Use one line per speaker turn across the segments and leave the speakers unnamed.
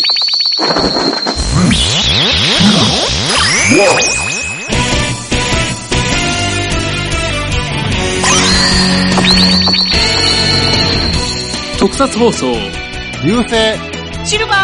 特撮放送
流星
シルバー。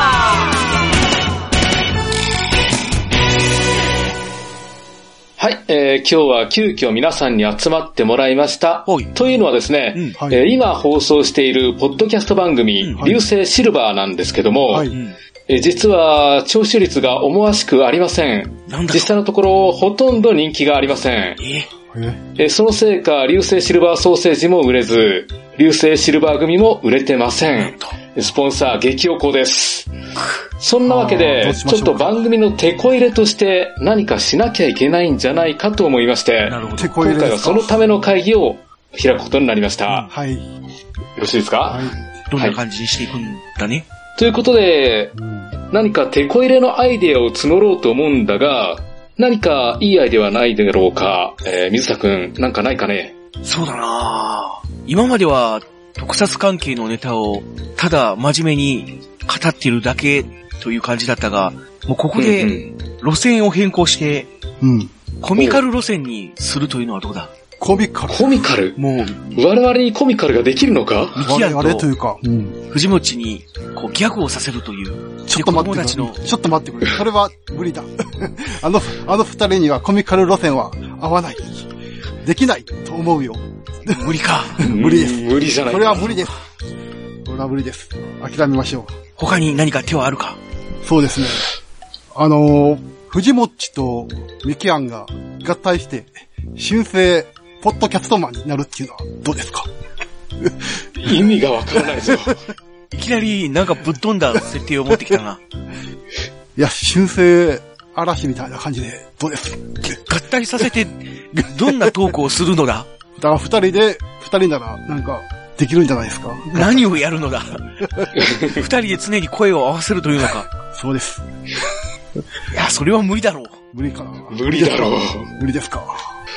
はい、今日は急遽皆さんに集まってもらいました。というのはですね、今放送しているポッドキャスト番組、流星シルバーなんですけども、実は聴取率が思わしくありません。実際のところほとんど人気がありません。そのせいか流星シルバーソーセージも売れず、流星シルバー組も売れてません。スポンサー激おこです。そんなわけでちょっと番組のテこ入れとして何かしなきゃいけないんじゃないかと思いまして、今回はそのための会議を開くことになりました。はい。よろしいですか？
どんな感じにしていくんだね。
ということで、何かテこ入れのアイデアを募ろうと思うんだが、何かいいアイデアはないだろうか。水田くん、なんかないかね？
そうだなぁ。今までは特撮関係のネタをただ真面目に語っているだけという感じだったが、もうここで路線を変更して、コミカル路線にするというのはどうだ？
コミカルもう、我々にコミカルができるのか？
ミキヤンと藤持にこうギャグをさせるという。
ちょっと待ってくれ。それは無理だ。あの二人にはコミカル路線は合わない。できないと思うよ。
無理か。
無理です。
無理じゃない。
それは無理です。それは無理です。諦めましょう。
他に何か手はあるか？
そうですね。藤もっちとミキアンが合体して、新生ポッドキャストマンになるっていうのはどうですか？
意味がわからないぞ。
いきなりなんかぶっ飛んだ設定を持ってきたな。
いや、新生嵐みたいな感じでどうです？
合体させて、どんなトークをするのだ？
だから二人ならなんかできるんじゃないですか？
何をやるのだ？二人で常に声を合わせるというのか？
そうです。
いや、それは無理だろう。
無理かな。
無理だろう。
無理ですか。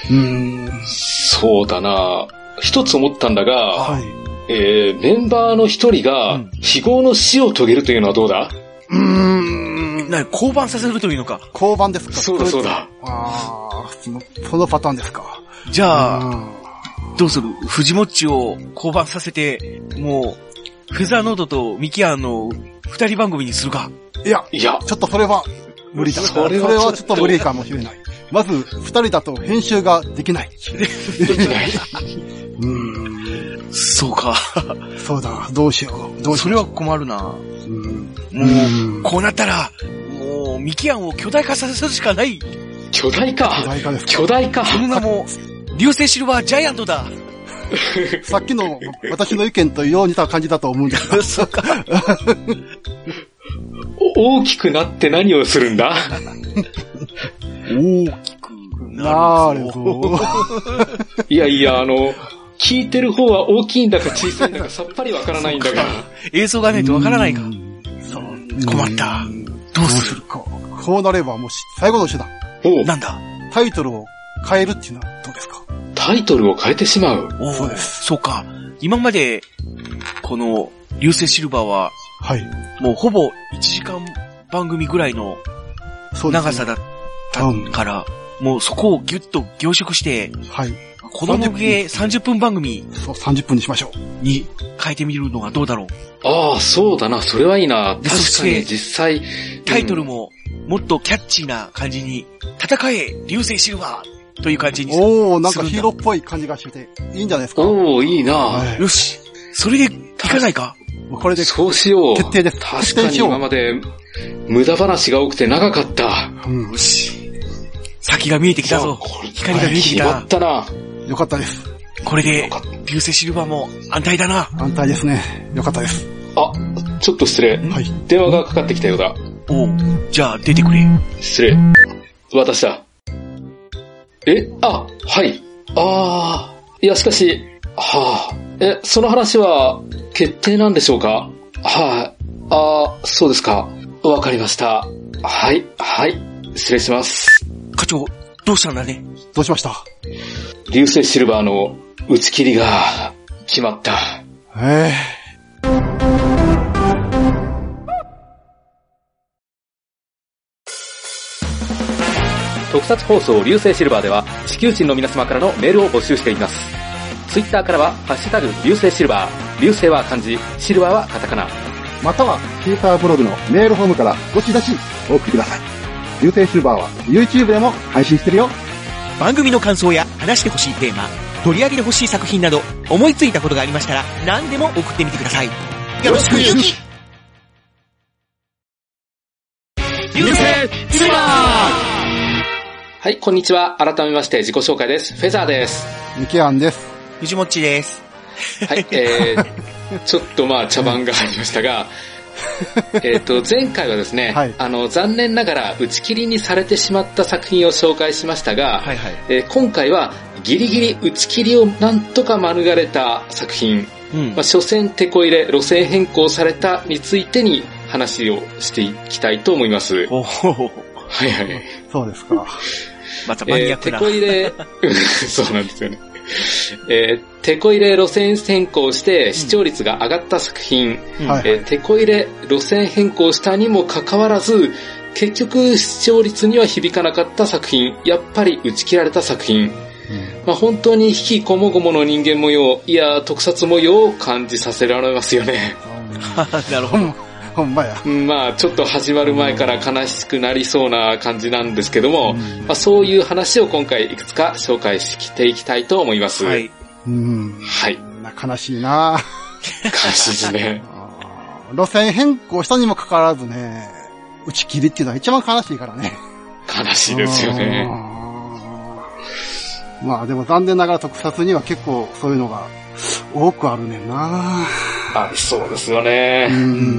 そうだな。一つ思ったんだが、メンバーの一人が非業の死を遂げるというのはどうだ？
降板させるというのか？
降板ですか？
そうだ。
そのパターンですか。
じゃあ、どうする？藤もっちを降板させて、もう、フェザーノードとミキアンの二人番組にするか？
いや、ちょっとそれは無理だ。それはちょっと無理かもしれない。まず、二人だと編集ができない。
できない。
そうか。
そうだ、どうしよう。
それは困るな。もう、こうなったら、もう、ミキアンを巨大化させるしかない。
巨大化ですか？巨大化。
その名も、流星シルバージャイアントだ。
さっきの私の意見とよう似た感じだと思うんだけど。
そうか。
大きくなって何をするんだ？
大きくなるぞ。
いや、聞いてる方は大きいんだか小さいんだかさっぱりわからないんだが。
映像がないとわからないか。困った。どうするか。
こうなればもう最後の手段。
なんだ？
タイトルを変えるっていうのはどうですか？
タイトルを変えてしまう。
そうです。
そうか。今まで、この、流星シルバーは、もうほぼ1時間番組ぐらいの長さだったから、もうそこをギュッと凝縮して、子供向け30分番組。
そう、30分にしましょ
う。に変えてみるのがどうだろう。
ああ、そうだな。それはいいな。確かに実際。
タイトルももっとキャッチーな感じに、戦え流星シルバーという感じにする。
なんかヒーローっぽい感じがして、いいんじゃないですか。
いいな。
よし。それでいかないか？
これで。
そうしよう。
決定です。
確かに今まで無駄話が多くて長かった。
よし。先が見えてきたぞ。光が見えてきた。
決まったな。
よかったです。
これで、流星シルバーも安泰だな。
安泰ですね。よかったです。
ちょっと失礼。電話がかかってきたようだ。
じゃあ出てくれ。
失礼。私だ。はい。いやしかし、その話は決定なんでしょうか？そうですか。わかりました。はい。失礼します。
課長、どうしたんだね？
どうしました？
流星シルバーの打ち切りが決まった。 特撮放送流星シルバーでは地球人の皆様からのメールを募集しています。ツイッターからはハッシュタグ流星シルバー、流星は漢字、シルバーはカタカナ、
またはシーサーブログのメールフォームからどしどしお送りください。流星シルバーは YouTube でも配信してるよ。
番組の感想や話してほしいテーマ、取り上げてほしい作品など思いついたことがありましたら何でも送ってみてください。よろしく。流星シルバー。
はい、こんにちは。改めまして自己紹介です。フェザーです。
ミキアンです。
藤もっちです。
はい、ちょっと茶番がありましたが、前回はですね、はい、残念ながら打ち切りにされてしまった作品を紹介しましたが、はいはい、今回はギリギリ打ち切りをなんとか免れた作品、所詮テこ入れ、路線変更されたについてに話をしていきたいと思います。はいはい。
そうですか。
またマニアックな。
テこ入れ、そうなんですよね。テこ入れ路線変更して視聴率が上がった作品、テこ入れ路線変更したにもかかわらず、結局視聴率には響かなかった作品、やっぱり打ち切られた作品、本当に引きこもごもの人間模様、いや特撮模様を感じさせられますよね。
なるほど。
ほんまや。
ちょっと始まる前から悲しくなりそうな感じなんですけども、そういう話を今回いくつか紹介していきたいと思います。はい。
はい。悲しいな
悲しいですね。
路線変更したにもかかわらずね、打ち切りっていうのは一番悲しいからね。
悲しいですよね。
でも残念ながら特撮には結構そういうのが多くあるねんな。
ありそうですよね。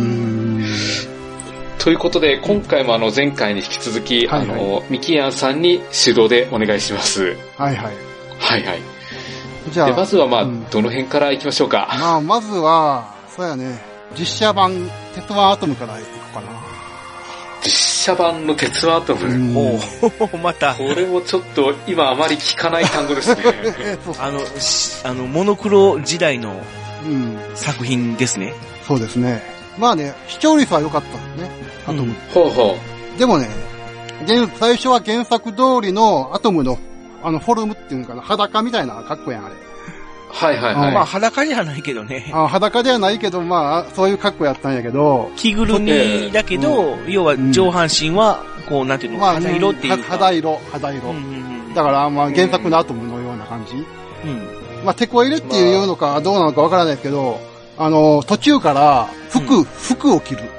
ということで、今回も前回に引き続き、ミキヤンさんに主導でお願いします。
はいはい。
はいはい。じゃあ、まずはどの辺から行きましょうか。
まずは、そうやね、実写版、鉄腕アトムから行こうかな。
実写版の鉄腕アトム。
また。
これもちょっと今あまり聞かない単語ですね。
モノクロ時代の作品ですね。
そうですね。視聴率は良かったんですね。アトム。でもね、最初は原作通りのアトムのフォルムっていうのかな、裸みたいな格好やん、あれ。
はいはいはい。
裸じゃないけどね。
裸ではないけど、そういう格好やったんやけど。
着ぐるみだけど、要は上半身は、こう、なんていうの、肌色っていうか。
肌色。だから、原作のアトムのような感じ。テこ入れっていうのか、どうなのかわからないですけど、途中から、服を着る。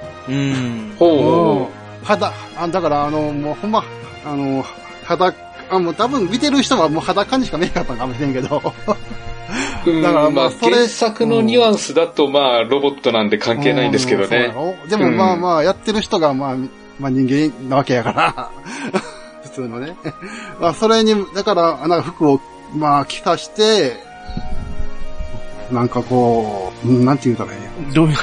だから、もうほんま、多分見てる人はもう裸にしか見えなかったかもしれんけど。
だから原作のニュアンスだとロボットなんで関係ないんですけどね。
でもやってる人が人間なわけやから。普通のね。それに、だから、服を、着さして、なんかこう、なんて言うたらいいんや。
どういう、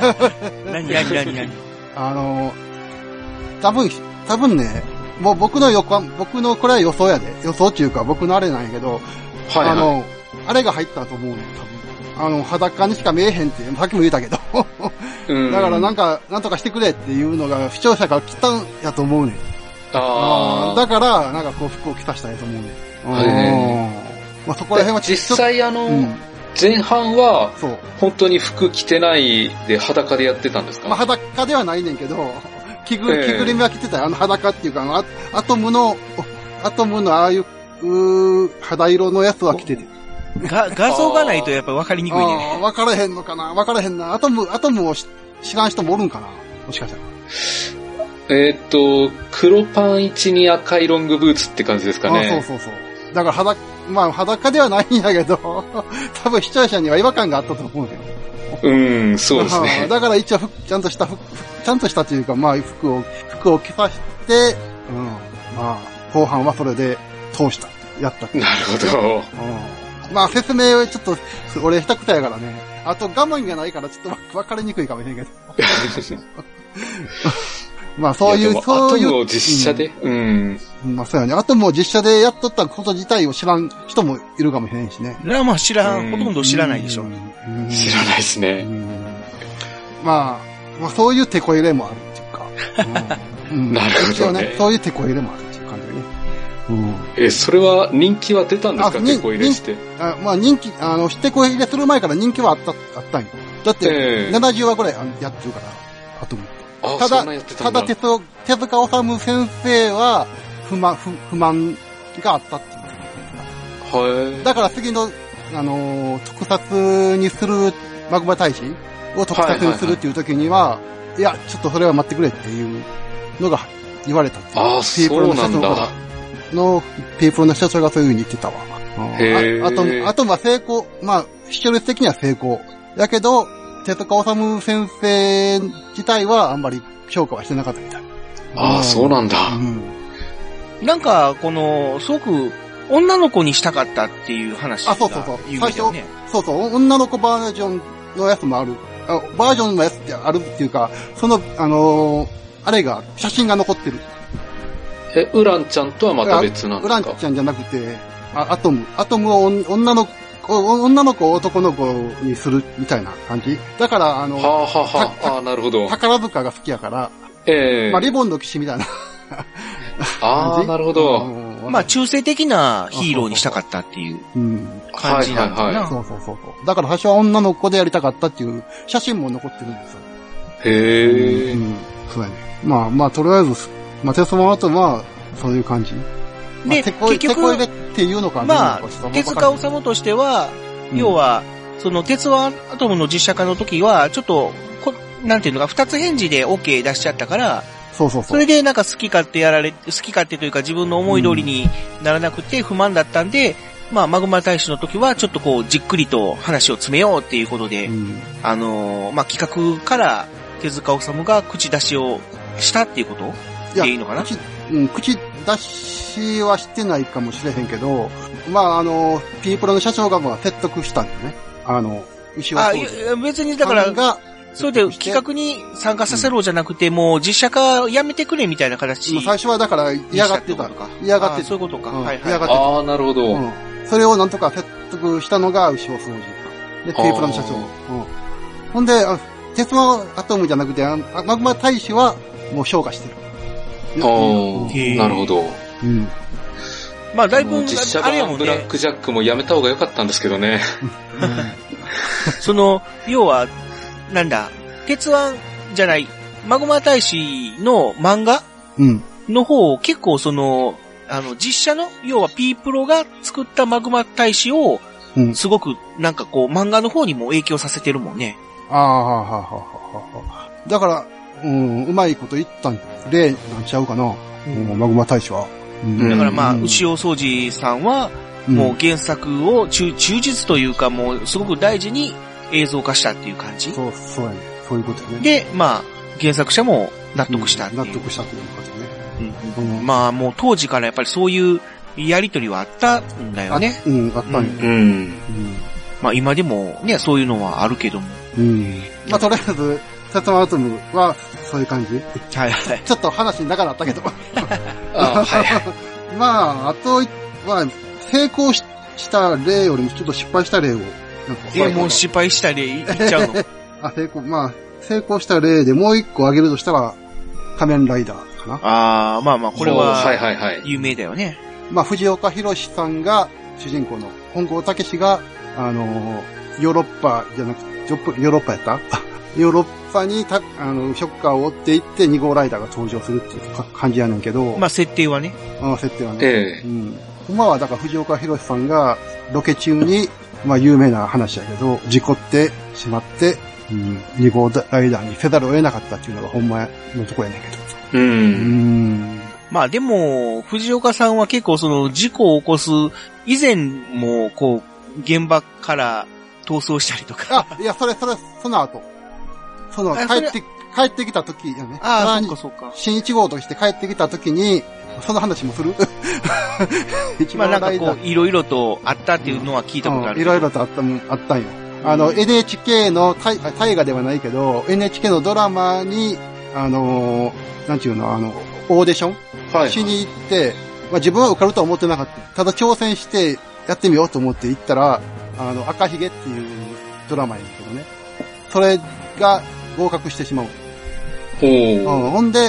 何
多分ね、もう僕のこれは予想やで。予想っていうか僕のあれなんやけど、あれが入ったと思うね、多分。裸にしか見えへんって、さっきも言ったけど。だからなんとかしてくれっていうのが視聴者から来たんやと思うね。だから、服を着させたんやと思うね。そこら辺は
実際前半は、本当に服着てないで裸でやってたんですか？
裸ではないねんけど、着ぐるみは着てたよ。裸っていうか、アトムのああいう、肌色のやつは着てて。
画像がないとやっぱ分かりにくいね。
分からへんのかな？分からへんな。アトムを知らん人もおるんかな？もしかしたら。
黒パン1に赤いロングブーツって感じですかね。
そう。だから裸ではないんやけど、多分視聴者には違和感があったと思う
よ。そうですね。
だから一応ちゃんとしたというか、服を着させて、後半はそれで通した。やった。
なるほど。
説明はちょっと、俺下手くそやからね。あと我慢がないからちょっと分かりにくいかもしれんけど。そういう。
アトムを実写で
そうやね。アトムを実写でやっとったこと自体を知らん人もいるかもしれんしね。
ほとんど知らないでしょ。
知らないですね。
そういうテこ入れもあるっていうか。
なるほどね。
そういうテこ入れもあるっていう感じでね。
それは人気は出たんですか？テコ入れして。
まあ人気、テコ入れする前から人気はあったんよ。だって、70話ぐらいやってるから、アトムって。ただ、手塚治虫先生は、不満があったっていう。だから次の、特撮にする、マグマ大使を特撮にするっていう時には、いや、ちょっとそれは待ってくれっていうのが言われたっていう。
ああ、そうなんだ。
ピープルの社長がそういう風に言ってたわ。あとは成功、まあ、視聴率的には成功。だけど、手塚治虫先生自体はあんまり評価はしてなかったみたい。
ああ、そうなんだ。
なんか、すごく、女の子にしたかったっていう話が有名だよね。
そうそう、女の子バージョンのやつもある。バージョンのやつってあるっていうか、あれが、写真が残ってる。
ウランちゃんとはまた別なんですか？
ウランちゃんじゃなくて、アトムを女の子を男の子にするみたいな感じ。だから、
なるほど。
宝塚が好きやから、まあ、リボンの騎士みたいな。
なるほど。
まあ、中性的なヒーローにしたかったっていう感じなんだな。
そう。だから最初は女の子でやりたかったっていう写真も残ってるんですよ。
へー。
そうやね。まあ、とりあえず、まあ、テスマアトムは、そういう感じ。
で、結局、
っていうのか
まあ、手塚治虫としては、要は、鉄腕アトムの実写化の時は、ちょっと、なんていうのか、二つ返事で OK 出しちゃったから、それでなんか好き勝手というか自分の思い通りにならなくて不満だったんで、まあ、マグマ大使の時はちょっとこう、じっくりと話を詰めようっていうことで、まあ、企画から手塚治虫が口出しをしたっていうことでいいのかな？
口出しはしてないかもしれへんけど、まあ、ピープロの社長がまあ説得したんだよね。石尾
別にだから、それで企画に参加させろじゃなくて、もう実写化やめてくれみたいな形。
最初はだから嫌がってた。
そういうことか。
嫌がってた。
なるほど。
それをなんとか説得したのが牛尾総司。で、ピープロの社長。ほんで、鉄腕アトムじゃなくて、マグマ大使はもう評価してる。
なるほど。
まあ、だいぶ、
実写版ブラックジャックもやめた方が良かったんですけどね。
要は、なんだ、鉄腕じゃない、マグマ大使の漫画の方、結構実写の、要はピープロが作ったマグマ大使を、すごく、なんかこう、漫画の方にも影響させてるもんね。
だから、うまいこと言ったんで、なんちゃうかな、マグマ大使は。
だからまあ、牛尾総司さんは、もう原作を忠実というか、もうすごく大事に映像化したっていう感じ。
そうやね。そういうことね。
で、まあ、原作者も納得したっていう。
納得したということね。
まあ、もう当時からやっぱりそういうやりとりはあったんだよね。
あったんよ。
まあ今でもね、そういうのはあるけども。
まあとりあえず、鉄腕アトムはそういう感じ。ちょっと話長かったけど。まあ、あとは、成功した例よりもちょっと失敗した例を。
もう失敗した例言っちゃうの
成功した例でもう一個挙げるとしたら、仮面ライダーかな。
まあ、これは、有名だよね。
まあ、藤岡弘さんが、主人公の本郷武史が、ヨーロッパじゃなくて、ヨーロッパやったヨーロッパにショッカーを追っていって2号ライダーが登場するっていう感じやねんけど。
まあ、設定はね。
設定はね。今はだから藤岡弘さんがロケ中に、まあ有名な話やけど、事故ってしまって、2号ライダーにせざるを得なかったっていうのがほんまのとこやねんけど。
まあでも、藤岡さんは結構事故を起こす以前も、こう、現場から逃走したりとか。
いや、その後。帰ってきた時よね。
そうか。
新1号として帰ってきた時に、その話もする
まあなんかこう、いろいろとあったっていうのは聞いたことある。
いろいろとあったんよ。NHK の大河ではないけど、NHK のドラマに、なんちゅうの、オーディションしに行って、まあ自分は受かるとは思ってなかった。ただ挑戦してやってみようと思って行ったら、赤ひげっていうドラマやけどね。それが合格してしまう。ほんで、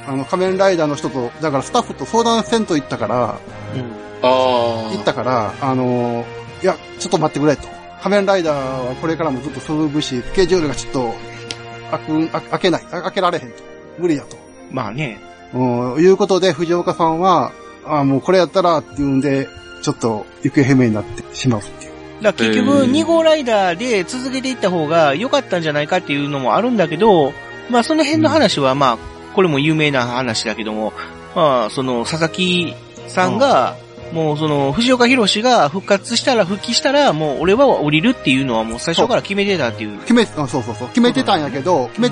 仮面ライダーの人と、だからスタッフと相談せんと言ったから、言ったから、いや、ちょっと待ってくれと。仮面ライダーはこれからもずっと続くし、スケジュールがちょっと、開けられへんと。無理だと。
まあね。
いうことで、藤岡さんは、もうこれやったらっていうんで、ちょっと行方不明になってしまうっていう。
だから結局、2号ライダーで続けていった方が良かったんじゃないかっていうのもあるんだけど、まあその辺の話はまあ、これも有名な話だけども、まあその佐々木さんが、もうその藤岡弘が復帰したらもう俺は降りるっていうのはもう最初から決めてたっていう。
そう。決めてたんやけど、ス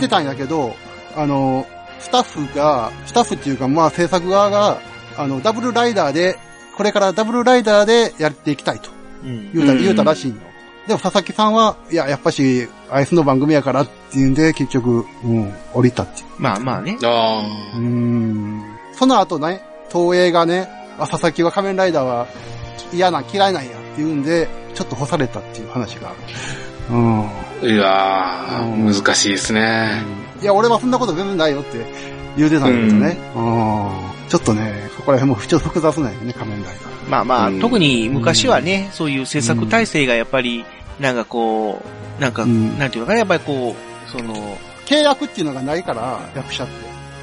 タッフっていうかまあ制作側が、ダブルライダーで、これからダブルライダーでやっていきたいと。言うたらしいの。でも佐々木さんは、いや、やっぱし、アイスの番組やからっていうんで、結局、降りたっていう。
まあまあね。
その後ね、東映がね、佐々木は仮面ライダーは嫌いなんやって言うんで、ちょっと干されたっていう話がある。
いやー、難しいですね。
いや、俺はそんなこと全然ないよって言うてたんだけどね。ちょっとね、そこら辺もちょっと複雑なんよね、仮面ライダー。
まあまあ、特に昔はね、そういう制作体制がやっぱり、なんかこう、なんていうのかな、やっぱりこう、
契約っていうのがないから、役者って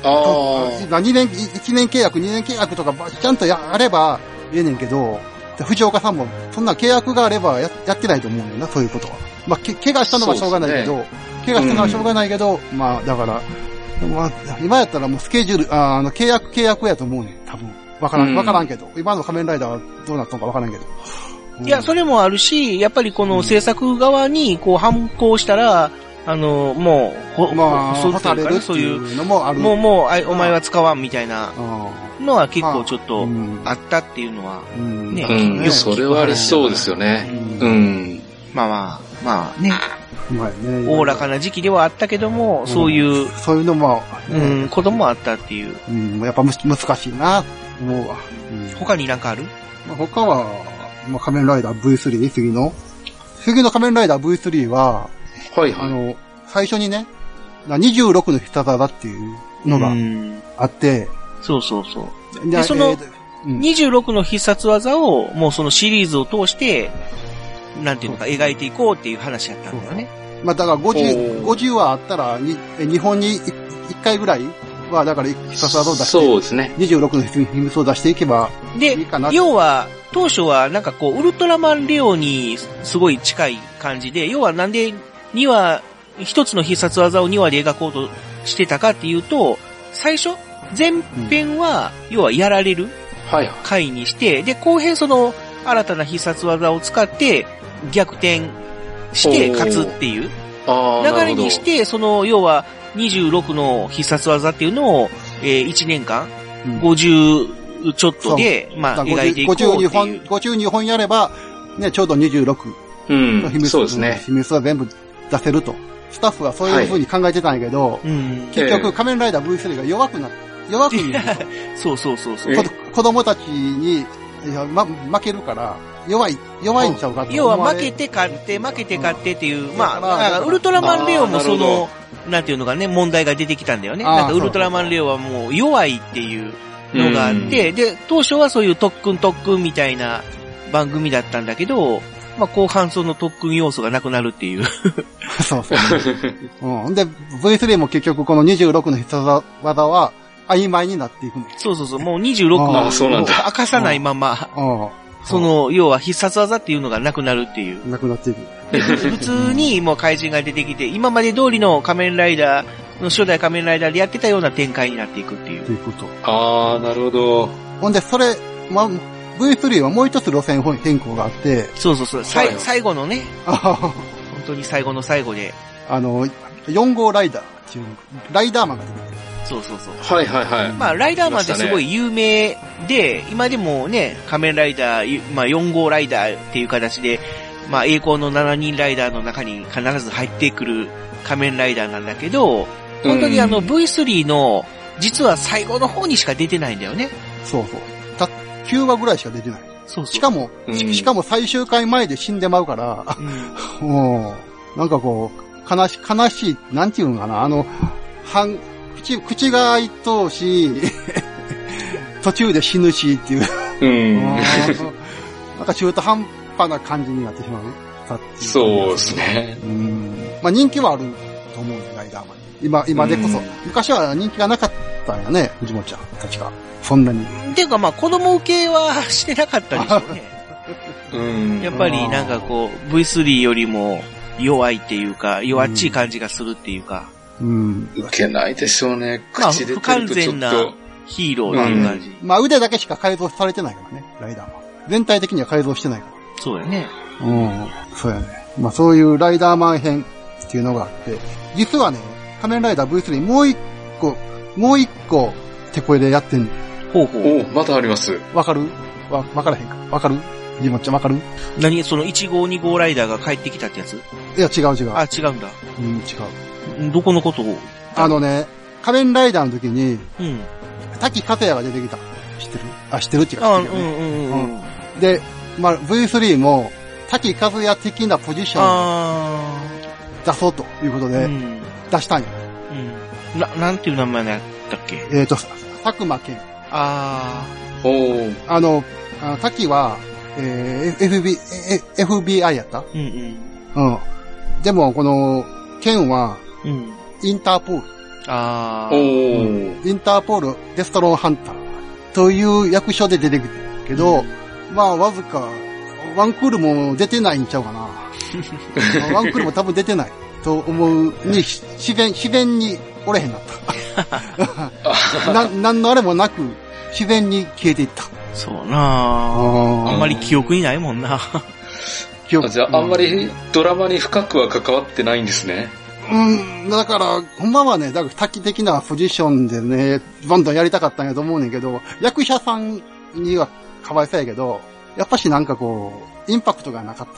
。1年契約、2年契約とか、ちゃんとあれば、ええねんけど、藤岡さんも、そんな契約があればやってないと思うんだよな、そういうことは。まあ、怪我したのはしょうがないけど、まあ、だから、まあ、今やったらもうスケジュール、契約やと思うねん、多分。わからんけど。今の仮面ライダーはどうなったのかわからんけど。
いや、それもあるし、やっぱりこの制作側に、こう、反抗したら、もう、
干されるっていうのもある。
もう、お前は使わんみたいなのは結構ちょっとあったっていうのは、ね。
それはありそうですよね。
まあね。おおらかな時期ではあったけども、そういう
のも、
こともあったっていう。
やっぱ難しいな、思うわ。
他になんかある？
他は、仮面ライダー V3、次の仮面ライダー V3 は、最初にね、26の必殺技っていうのがあって、
そう。で、その、26の必殺技を、もうそのシリーズを通して、なんていうのか、描いていこうっていう話やったんだよね。
まあ、だから50はあったら、日本に1回ぐらいは、だから必殺技を出して、
そうですね。
26の秘密を出していけばいいかな。
で、要は、当初はなんかこう、ウルトラマンレオにすごい近い感じで、要はなんで2話、一つの必殺技を2話で描こうとしてたかっていうと、最初、前編は、要はやられる回にして、で、後編その、新たな必殺技を使って、逆転して勝つっていう流れにして、その、要は26の必殺技っていうのを、1年間、50ちょっとで、まあ、描いていこうっていう。
52本やれば、ね、ちょうど26の秘密、
そうですね。
秘密は全部出せると。スタッフはそういう風に考えてたんやけど、結局仮面ライダー V3 が弱くなる。
そう。
子供たちに、負けるから、弱いんちゃうかって。
要は負けて勝ってっていう、まあ、ウルトラマンレオもその、なんていうのがね、問題が出てきたんだよね。なんかウルトラマンレオはもう弱いっていうのがあって、で、当初はそういう特訓みたいな番組だったんだけど、まあ、後半その特訓要素がなくなるっていう。
そう。で、V3 も結局この26の必殺技は曖昧になっていくの。
そう。もう26を明かさないまま、その、要は必殺技っていうのがなくなるっていう。
なくなっていく。
普通にもう怪人が出てきて、今まで通りの仮面ライダーの初代仮面ライダーでやってたような展開になっていくっていう。
ということ。
なるほど。
ほんで、それ、V3 はもう一つ路線変更があって。
そう。最後のね。本当に最後の最後で。
4号ライダーっていう、ライダーマンが出てくる。
そう。
はい。
まあ、ライダーマンってすごい有名で、今でもね、仮面ライダー、まあ、4号ライダーっていう形で、まあ、栄光の7人ライダーの中に必ず入ってくる仮面ライダーなんだけど、本当にV3 の、実は最後の方にしか出てないんだよね。
そう。9話ぐらいしか出てない。
そう。
しかも最終回前で死んでまうから、なんかこう、悲しい、なんていうのかな、 口が開いとうし、途中で死ぬしっていう。なんか中途半端な感じになってしまう。
そうですね。
まあ人気はあると思うんで、ライダーマン。今でこそ。昔は人気がなかったんやね、藤本ちゃん。確か。そんなに。
っていうかまあ子供受けはしてなかったでしょうね。やっぱりなんかこう、V3 よりも弱いっていうか、弱っちい感じがするっていうか。
受けないでしょうね。口で
不完全なヒーローっていう感じ。
まあ腕だけしか改造されてないからね、ライダーマン。全体的には改造してないから。
そうやね。
そうやね。まあそういうライダーマン編っていうのがあって、実はね、仮面ライダー V3 もう一個手こ入れやってんねん。
またあります。
わかる？わからへんか。わかる？ジモッちゃんわかる？
何その1号2号ライダーが帰ってきたってやつ？
いや違う。
あ、違うんだ。
違う。
どこのことを？
仮面ライダーの時に、滝勝也が出てきた。知ってる？知ってるっていうか知ってるよね。で、まあ、V3 も、滝和也的なポジションを出そうということで、出したんよ。
なんていう名前だったっけ？
佐久間健。滝は、FBI やった？でも、この、健は、インターポール。インターポール、デストロンハンターという役所で出てくるけど、まあ、わずか、ワンクールも出てないんちゃうかな。ワンクールも多分出てないと思うに、自然におれへんなった。なんのあれもなく、自然に消えていった。
そうなあんまり記憶にないもんな。
じゃあ、あんまりドラマに深くは関わってないんですね。
だから、ほんまはね、だから多機的なポジションでね、どんどんやりたかったんやと思うねんけど、役者さんにはかわいそうやけど、やっぱしなんかこう、インパクトがなかった。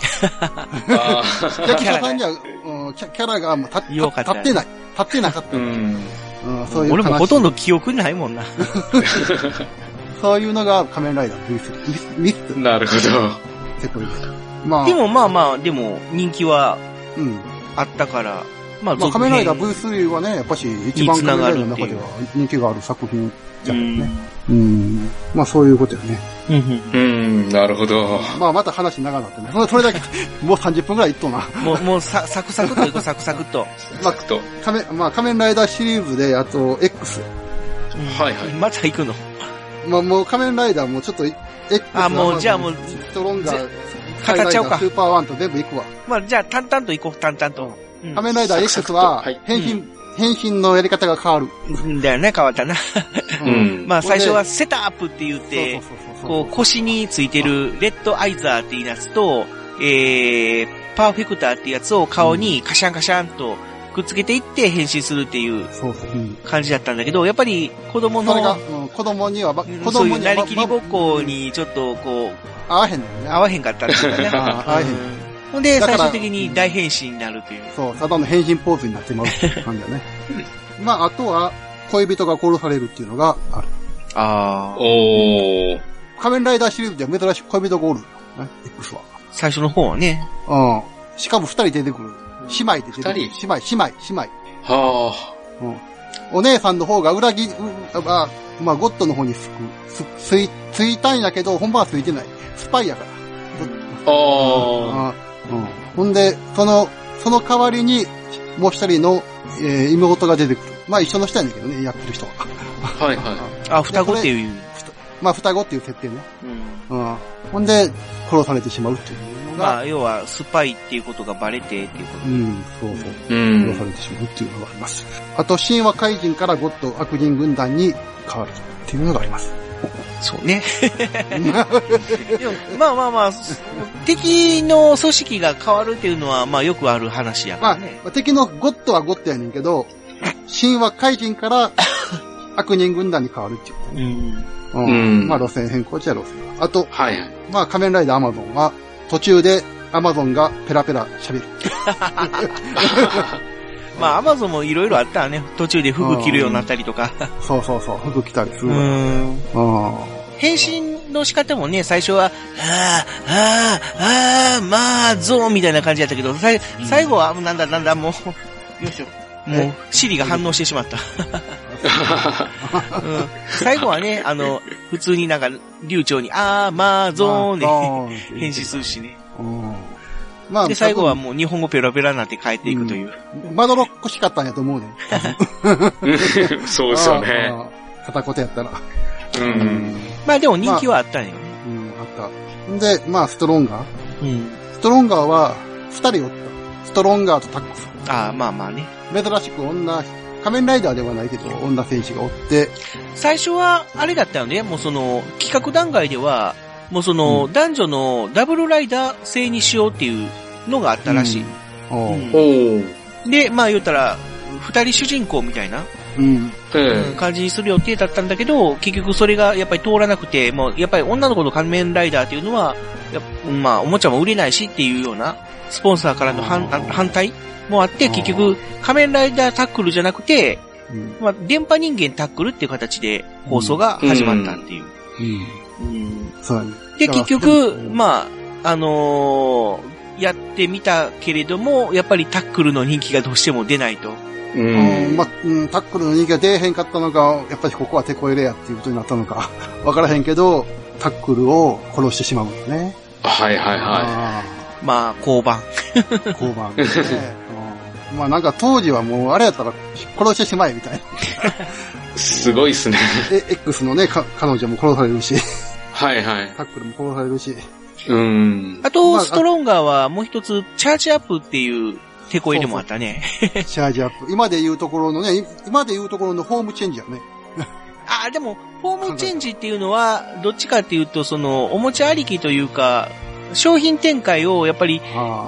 役者さんには、キャラが立ってない。立ってなかった。
そういう俺もほとんど記憶ないもんな。
そういうのが仮面ライダーミス。
なるほど。
まあ。
でもまあまあ、でも人気は、あったから、
まあ仮面ライダー V3 はね、やっぱし一番仮面ライダーの中では人気がある作品じゃんね。まあそういうことよね。
なるほど。
まあまた話長くなってね。それだけ、もう30分くらいいっとな。
もうサクサクといこう、サクサクと。
まあ仮面ライダーシリーズで、あと X。
また行くの？
まあもう仮面ライダーもちょっと X。
もうじゃあもう、
ストロンガー、
語っちゃうか。
スーパーワンと全部行くわ。
まあじゃあ淡々と行こう、淡々と。
仮面ライダー X は、変身のやり方が変わる。
だよね、変わったな。まあ最初はセターアップって言って、こう腰についてるレッドアイザーっていうやつと、パーフェクターっていうやつを顔にカシャンカシャンとくっつけていって変身するっていう感じだったんだけど、やっぱり子供の、
子供には、
そういうなりきりごっこにちょっとこう、
合わへんねんね。
合わへんかったんですよね。
合わへん。
ほんで、最終的に大変身になるという。
そう、ただの変身ポーズになってまうっていう感じだね。まあ、あとは、恋人が殺されるっていうのがある。仮面ライダーシリーズでは珍しく恋人がおる。X は。
最初の方はね。
しかも2人出てくる。姉妹で出てくる。姉妹。お姉さんの方が裏切り、まあ、ゴッドの方についたんやけど、本番はついてない。スパイやから。ほんで、その代わりに、もう一人の、妹が出てくる。まあ一緒の人やねんけどね、やってる人は。
双子っていう。
まあ双子っていう設定ね。ほんで、殺されてしまうっていうのが。
まあ要は、スパイっていうことがバレてっていうこと。
殺されてしまうっていうのがあります。あと、神話怪人からゴッド悪人軍団に変わるっていうのがあります。
そうね。でもまあ、敵の組織が変わるっていうのは、まあよくある話やからね。
敵のゴッドはゴッドやねんけど、神話怪人から悪人軍団に変わるっていうことね。まあ路線変更じゃ路線。あと、まあ仮面ライダーアマゾンは、途中でアマゾンがペラペラ喋る。
まあ、アマゾンもいろいろあったらね、途中で服着るようになったりとか。
そう、服着たりする。
変身の仕方もね、最初は、まあ、ゾーンみたいな感じだったけど、最後は、なんだ、もう、よいしょ。もう、シリが反応してしまった。 最後はね、普通になんか、流暢に、アーマーゾーンで変身するしね。まあ、で、最後はもう日本語ペラペラになって帰っていくという。
まどろっこしかったんやと思うね。
そうですよね。
片言やったら。
まあでも人気はあったんよね。
あった。で、まあ、ストロンガー。ストロンガーは、二人おった。ストロンガーとタックス。
ああ、まあまあね。
珍しく女、仮面ライダーではないけど、女選手がおって。
最初は、あれだったよね。もう企画段階では、もう男女のダブルライダー制にしようっていうのがあったらしい。で、まあ言ったら、二人主人公みたいな、感じにする予定だったんだけど、結局それがやっぱり通らなくて、もうやっぱり女の子の仮面ライダーっていうのは、まあおもちゃも売れないしっていうような、スポンサーからの反対もあって、結局仮面ライダータックルじゃなくて、まあ電波人間タックルっていう形で放送が始まったっていう。
そうだね。
で、結局、まあ、やってみたけれども、やっぱりタックルの人気がどうしても出ないと。
まあ、タックルの人気が出えへんかったのか、やっぱりここは手こ入れやっていうことになったのか、わからへんけど、タックルを殺してしまうんですね。
はいはいはい。
まあ、交番。
交番ですね。まあなんか当時はもうあれやったら殺してしまえみたいな。
すごいっすね。
X のね、彼女も殺されるし。
はいはい。
タックルも殺されるし。
あと、ストロンガーはもう一つ、チャージアップっていう手こ入れもあったね。
チャージアップ。今で言うところのね、今で言うところのホームチェンジやね。
でも、ホームチェンジっていうのは、どっちかっていうと、おもちゃありきというか、商品展開をやっぱり、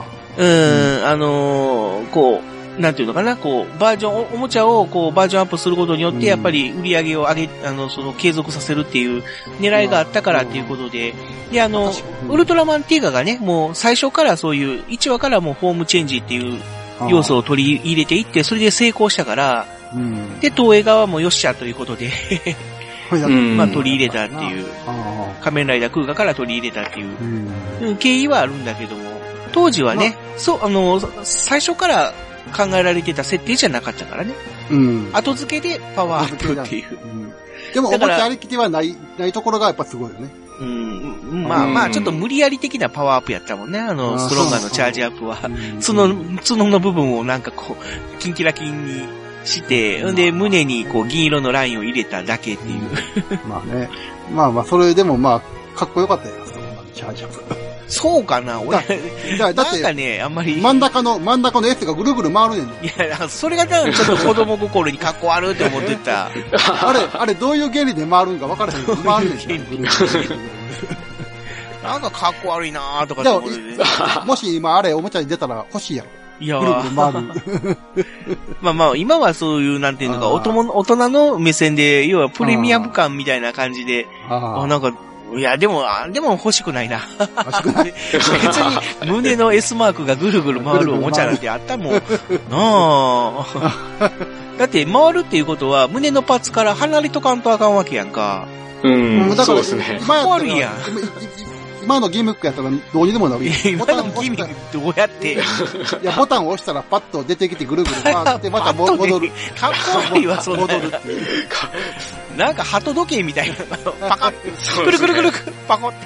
こう、なんていうのかな、こう、バージョン、おもちゃをこう、バージョンアップすることによって、やっぱり売り上げを上げ、継続させるっていう狙いがあったからっていうことで、で、ウルトラマンティガがね、もう最初からそういう、1話からもうホームチェンジっていう要素を取り入れていって、それで成功したから、で、東映側もよっしゃということで、まあ取り入れたっていう、仮面ライダークーガから取り入れたっていう経緯はあるんだけども、当時はね、最初から考えられてた設定じゃなかったからね。後付けでパワーアップっていう。
でも、おもちゃありきではないところがやっぱすごいよね。
まあ、ちょっと無理やり的なパワーアップやったもんね。ストロンガーのチャージアップは。角の部分をなんかこう、キンキラキンにして、で、胸にこう、銀色のラインを入れただけっていう。
まあね。まあ、それでもまあ、かっこよかったよ、ストロンガーのチャージアップ。
そうかな俺。だって、なんかね、あんまり。
真ん中の S がぐるぐる回るねん。
いや、それがちょっと子供心にかっこ悪いって思ってた。
あれ、どういう原理で回るんか分からへんけど、回るねん。
なんかかっこ悪いなーとかって思って。
もし今あれおもちゃに出たら欲しいやろ。いやぐるぐる回る。
まあ、今はそういう、なんていうのか、大人の目線で、要はプレミアム感みたいな感じで、なんか、いや、でも欲しくないな。
欲しくない。
別に胸の S マークがぐるぐる回るおもちゃなんてあったもん。なあ。だって回るっていうことは胸のパーツから離れとかんとあかんわけやんか。
だから
そうですね。
悪いやん。
今のギミックやったらどうにでもなる。
今のギミックどうやって。
いや、ボタンを押したらパッと出てきてぐるぐる回ってまた戻る。
かっこ悪いわ、そんな。
戻るっていう。
なんか鳩時計みたいな。パカッ。くるくるくるくる、パコって。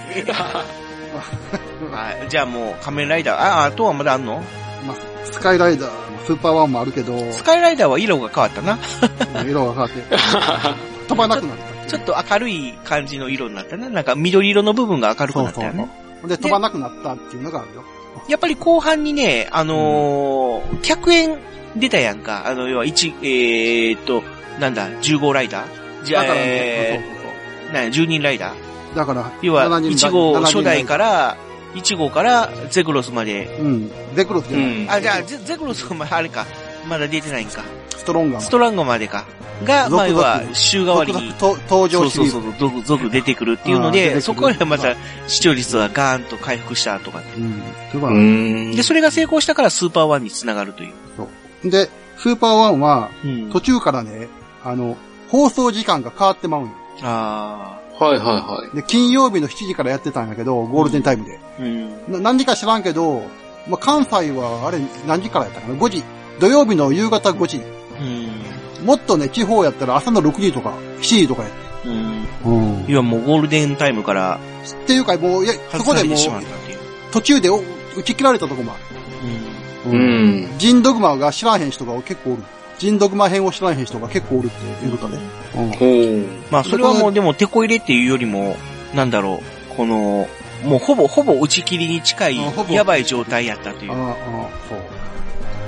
じゃあもう仮面ライダー、あとはまだあんの？
まあ、スカイライダー、スーパーワンもあるけど。
スカイライダーは色が変わったな。
色が変わって。飛ばなくなった。
ちょっと明るい感じの色になったな。なんか緑色の部分が明るくなったよね。
で、飛ばなくなったっていうのがあるよ。
やっぱり後半にね、100円出たやんか。要はなんだ、15ライダーじゃあ、10人ライダー
だから、
要は、1号初代から、1号からゼクロスまで。
ゼクロスじゃない。
じゃあ、ゼクロスもあれか。まだ出てないんか。
ストロンガ
ーまでか。が、まあ、要は、週替わりに。
登場シリーズ。
そう、続出てくるっていうので、そこからまた視聴率はガーンと回復したとか。で、それが成功したからスーパーワンにつながるという。
そう。で、スーパーワンは、途中からね、放送時間が変わってまうんよ。
はいはいはい。
で、金曜日の7時からやってたんやけど、ゴールデンタイムで。何時か知らんけど、まあ、関西は、あれ、何時からやったかな ?5 時。土曜日の夕方5時。 もっとね、地方やったら朝の6時とか、7時とかやって。
いや、もうゴールデンタイムから。
っていうか、もう、いや、そこでもう、途中で打ち切られたとこもある。ジンドグマが知らへん人が結構おる。ジンドグマ編を知らへん人が結構おるっていうことね。
まあ、それはもうでも、手こ入れっていうよりも、なんだろう、この、もうほぼ打ち切りに近い、やばい状態やったという。そう。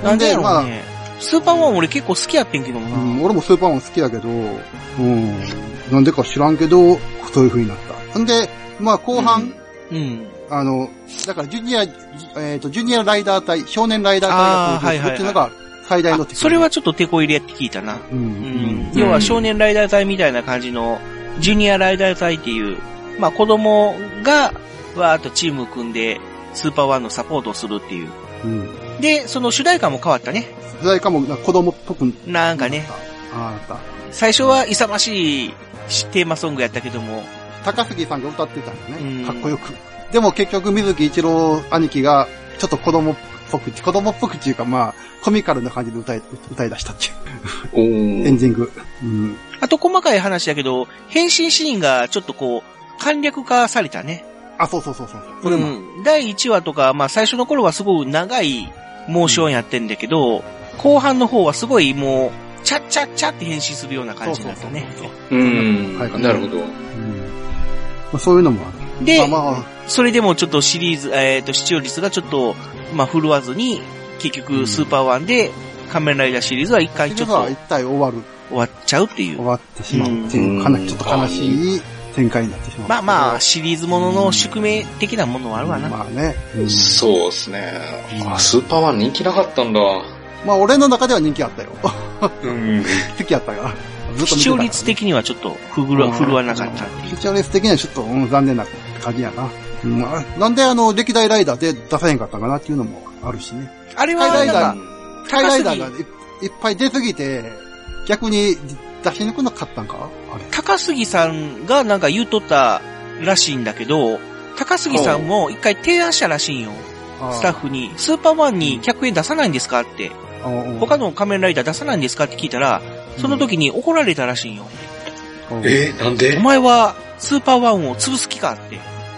なんで、まあ、スーパーワン俺結構好きやってんけどな。
俺もスーパーワン好きやけど、なんでか知らんけど、そういう風になった。んで、まあ後半、だからジュニアライダー隊、少年ライダー隊が登場するっていうのが最大の
それはちょっと手こ入れって聞いたな。要は少年ライダー隊みたいな感じの、ジュニアライダー隊っていう、まあ子供が、わーっとチーム組んで、スーパーワンのサポートをするっていう。で、その主題歌も変わったね。
主題歌も子供っぽく
なんかね。最初は勇ましいテーマソングやったけども。
高杉さんが歌ってたんだね。かっこよく。でも結局水木一郎兄貴がちょっと子供っぽくっていうかまあ、コミカルな感じで歌い出したっていう。エンディング。
あと細かい話だけど、変身シーンがちょっとこう、簡略化されたね。
そう。それも。
第1話とか、まあ最初の頃はすごく長いモーションやってんだけど、後半の方はすごいもう、チャッチャッチャって変身するような感じになったね。
なるほど。
まあ、そういうのもある。
で、それでもちょっとシリーズ、視聴率がちょっと、まあ振るわずに、結局スーパーワンで仮面ライダーシリーズは一回ちょっと、
一体終
わっちゃうっていう。
終わってしまうっていう、ちょっと悲しい展開になってしまう。
まあ、シリーズものの宿命的なものはあるわな。
まあね。
そうですね。スーパーワン人気なかったんだ。
まあ俺の中では人気あったよ。好きやったから。
視聴率的にはちょっと振るわなかった。
視聴率的にはちょっと残念な感じやな。なんで歴代ライダーで出さへんかったかなっていうのもあるしね。
あれは
スカイライダーがいっぱい出すぎて、逆に出し抜くの買ったんかあれ。
高杉さんがなんか言うとったらしいんだけど、高杉さんも一回提案したらしいんよ。スタッフに、スーパーワンに100円出さないんですかって。他の仮面ライダー出さないんですかって聞いたら、その時に怒られたらしいんよ。
なんで？
お前はスーパーワンを潰す気かって。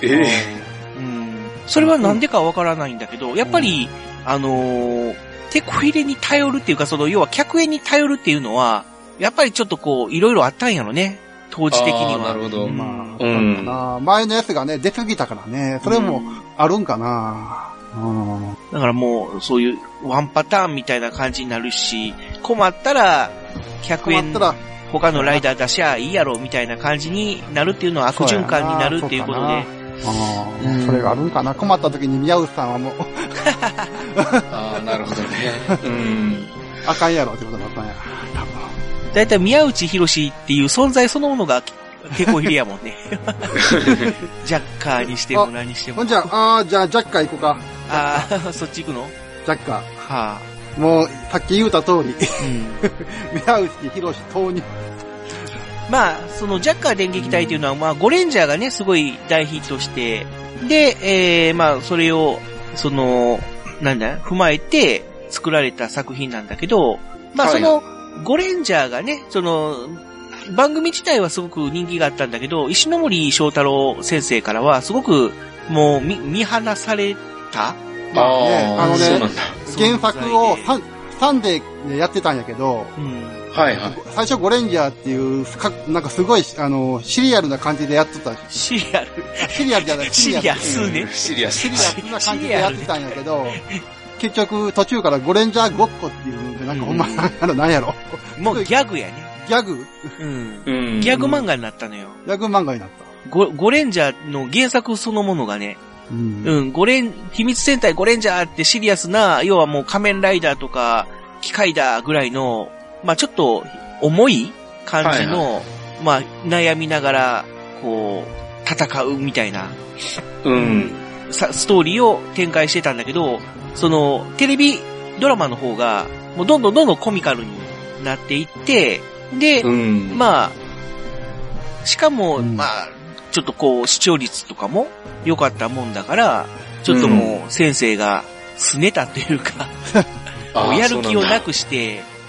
それはなんでかわからないんだけど、やっぱり、手こ入れに頼るっていうか、要は100円に頼るっていうのは、やっぱりちょっとこう、いろいろあったんやろね。当時的には。
なるほど。
前のやつがね、出過ぎたからね、それもあるんかな。
だからもう、そういうワンパターンみたいな感じになるし、困ったら、100円、他のライダー出しゃいいやろ、みたいな感じになるっていうのは悪循環になるっていうことで。
それがあるんかな。困った時に宮内さんはもう。
なるほどね。
あかんやろってことだったんや。多分。
だいたい宮内博士っていう存在そのものが手こ入れやもんね。ジャッカーにしても何にしても。
じゃあジャッカー行こうか。
そっち行くの？
ジャッカー。もう、さっき言うた通り。宮内博士投入。
まあ、そのジャッカー電撃隊というのは、まあ、ゴレンジャーがね、すごい大ヒットして、で、まあ、それを、踏まえて作られた作品なんだけど、まあ、その、ゴレンジャーがね、番組自体はすごく人気があったんだけど、石ノ森章太郎先生からは、すごく、もう、見放された。
まあね、原作をサンデーでやってたんやけど、最初ゴレンジャーっていう、なんかすごい、シリアルな感じでやってた。
シリアルじゃない、
シリアスね。シリアスな感じでやってたんやけど、結局途中からゴレンジャーごっこっていうので、なんかほんま、なんやろ。
もうギャグやね。
ギャグ？
ギャグ漫画になったのよ。
ギャグ漫画になった。
ゴレンジャーの原作そのものがね、秘密戦隊ゴレンジャーってシリアスな、要はもう仮面ライダーとか、機械だぐらいの、まあちょっと重い感じの、まあ悩みながら、こう、戦うみたいな、ストーリーを展開してたんだけど、テレビドラマの方が、もうどんどんコミカルになっていって、で、まあ、しかも、まあ、ちょっとこう、視聴率とかも良かったもんだから、ちょっともう先生が拗ねたというか、やる気をなくして、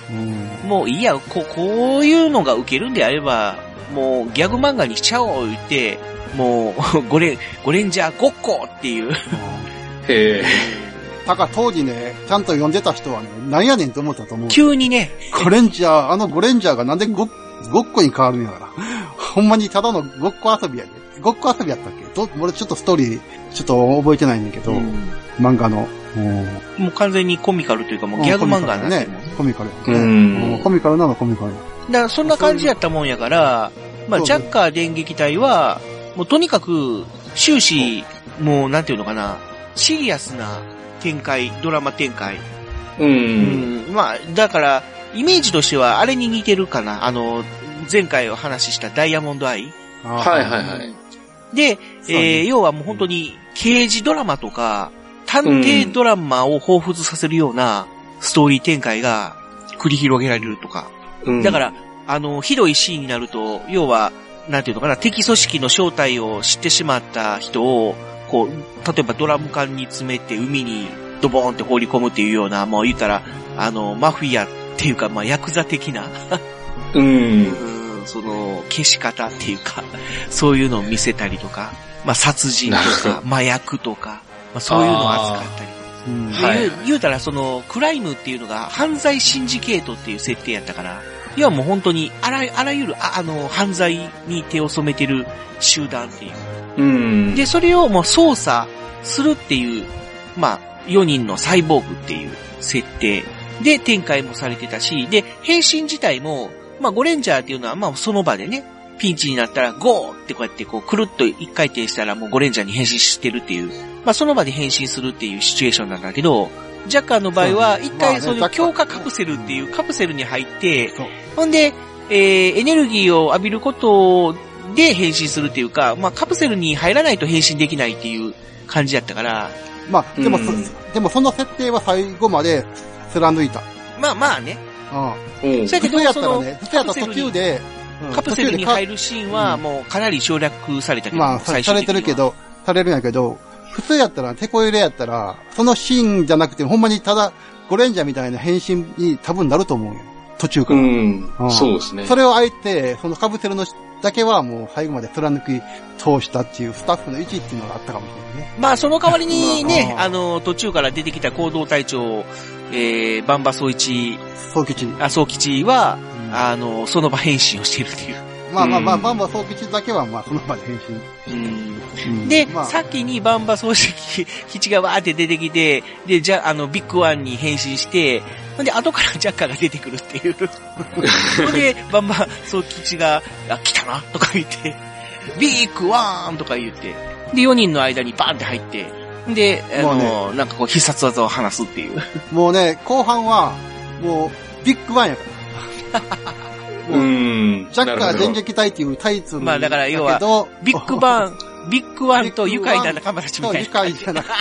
もういいや、こういうのが受けるんであれば、もうギャグ漫画にしちゃおう言って、もうゴレンジャーごっこっていう。
へえ。
だから当時ね、ちゃんと読んでた人はね、なんやねんと思ったと思う。
急にね。
ゴレンジャーがなんでごっこに変わるんやから。ほんまにただのごっこ遊びやで。ごっこ遊びやったっけ？俺ちょっとストーリー、ちょっと覚えてないんだけど、漫画の。
もう完全にコミカルというかもうギャグ漫画なんですね。
コミカル。コミカルなのコミカル。
だからそんな感じやったもんやから、まあジャッカー電撃隊は、もうとにかく終始、もうなんていうのかな、シリアスな展開、ドラマ展開。まあ、だから、イメージとしてはあれに似てるかな。前回お話ししたダイヤモンドアイ。
はいはいはい。
で、要はもう本当に刑事ドラマとか、探偵ドラマを彷彿させるようなストーリー展開が繰り広げられるとか。だから、ひどいシーンになると、要は、なんていうのかな、敵組織の正体を知ってしまった人を、こう、例えばドラム缶に詰めて海にドボーンって放り込むっていうような、もう言ったら、マフィアっていうか、まあ、ヤクザ的な、その、消し方っていうか、そういうのを見せたりとか、まあ、殺人とか、麻薬とか、まあ、そういうのを扱ったりとか。言うたら、その、クライムっていうのが犯罪シンジケートっていう設定やったから、要はもう本当に、あらゆる、犯罪に手を染めてる集団っていう。で、それをもう操作するっていう、まあ、4人のサイボーグっていう設定で展開もされてたし、で、変身自体も、まあ、ゴレンジャーっていうのは、まあ、その場でね、ピンチになったら、ゴーってこうやってこう、くるっと一回転したらもうゴレンジャーに変身してるっていう、まあ、その場で変身するっていうシチュエーションなんだけど、ジャッカーの場合は、一回その強化カプセルっていうカプセルに入って、ほんで、エネルギーを浴びることで変身するっていうか、まあ、カプセルに入らないと変身できないっていう感じやったから。
まあ、でもその設定は最後まで貫いた。
まあまあね。
そやけど、普通やったら途中で、
カプセルに入るシーンはもうかなり省略されたけど、
まあ、されてるけど、されるんやけど、普通やったら、テコ入れやったら、そのシーンじゃなくて、ほんまにただ、ゴレンジャーみたいな変身に多分なると思うよ。途中から。
そうですね。
それをあえて、そのカプセルのだけはもう最後まで貫き通したっていうスタッフの位置っていうのがあったかもしれないね。
まあ、その代わりにね、途中から出てきた行動隊長、バンバ総吉は、その場変身をしているっていう。
まあ、バンバ総吉だけは、まあ、その場で変身。
で、先にバンバ総吉がわーって出てきて、で、ビッグワンに変身して、ほんで、後からジャッカーが出てくるっていう。ほんで、バンバ総吉が、来たなとか言って、ビッグワンとか言って、で、4人の間にバーンって入って、で、なんかこう必殺技を話すっていう。
もうね、後半は、もう、ビッグワンやから。ジャッカー電撃隊っていうタイツ
まあだから要は、ビッグワンと愉快な仲間たちみたいな。愉快じゃなくて。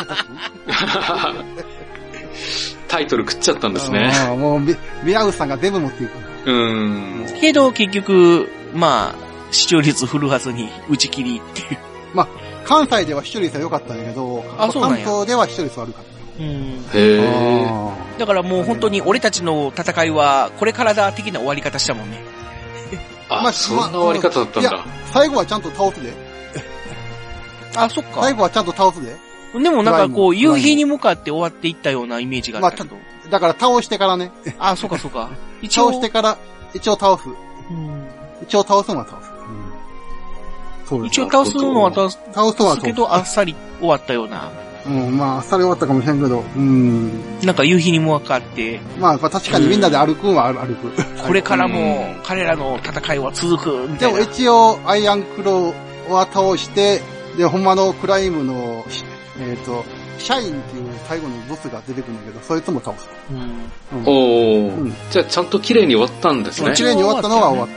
タイトル食っちゃったんですね。
もう、ミラウスさんが全部持っていく。
けど結局、まあ、視聴率振るわずに打ち切りっていう。まあ、
関西では視聴率は良かったんだけど、関東では視聴率悪かった。
だからもう本当に俺たちの戦いはこれからだ的な終わり方したもんね。
そんな終わり方だったんだ。いや、
最後はちゃんと倒すで。
そっか。
最後はちゃんと倒すで。
でもなんかこう、夕日に向かって終わっていったようなイメージがあったけど。
だから倒してからね。
そうかそうか。
倒してから、一応倒す。一応倒すのは倒す。
一応倒すのは倒すけど、あっさり終わったような。
まあ、あっさり終わったかもしれんけど、
なんか夕日に向かって。
まあ、確かにみんなで歩くんは歩く。
これからも、彼らの戦いは続く、みたいな。
でも一応、アイアンクローは倒して、で、ほんまのクライムの、シャインっていう最後のボスが出てくるんだけど、そいつも倒す。
じゃあ、ちゃんと綺麗に終わったんですね。
綺麗に終わったのは終わった。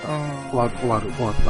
終わった。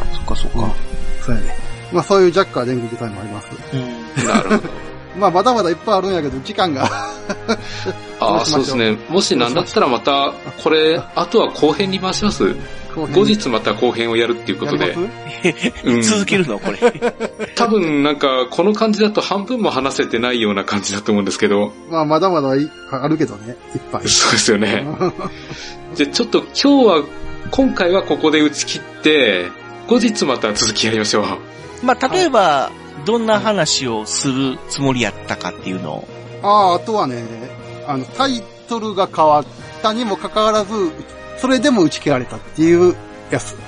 そっかそっか。
そうやね。まあ、そういうジャッカー電撃隊もあります。
なるほど。
まあ、まだまだいっぱいあるんやけど、時間が。
そうですね。もしなんだったらまた、これ、あとは後編に回します？ 後日また後編をやるっていうことで。
続けるのこれ。
多分なんか、この感じだと半分も話せてないような感じだと思うんですけど。
まあ、まだまだあるけどね、いっぱい。
そうですよね。じゃあちょっと今回はここで打ち切って、後日また続きやりましょう。
まあ、例えば、どんな話をするつもりやったかっていうのを。
あとはね、タイトルが変わったにもかかわらず、それでも打ち切られたっていうやつ。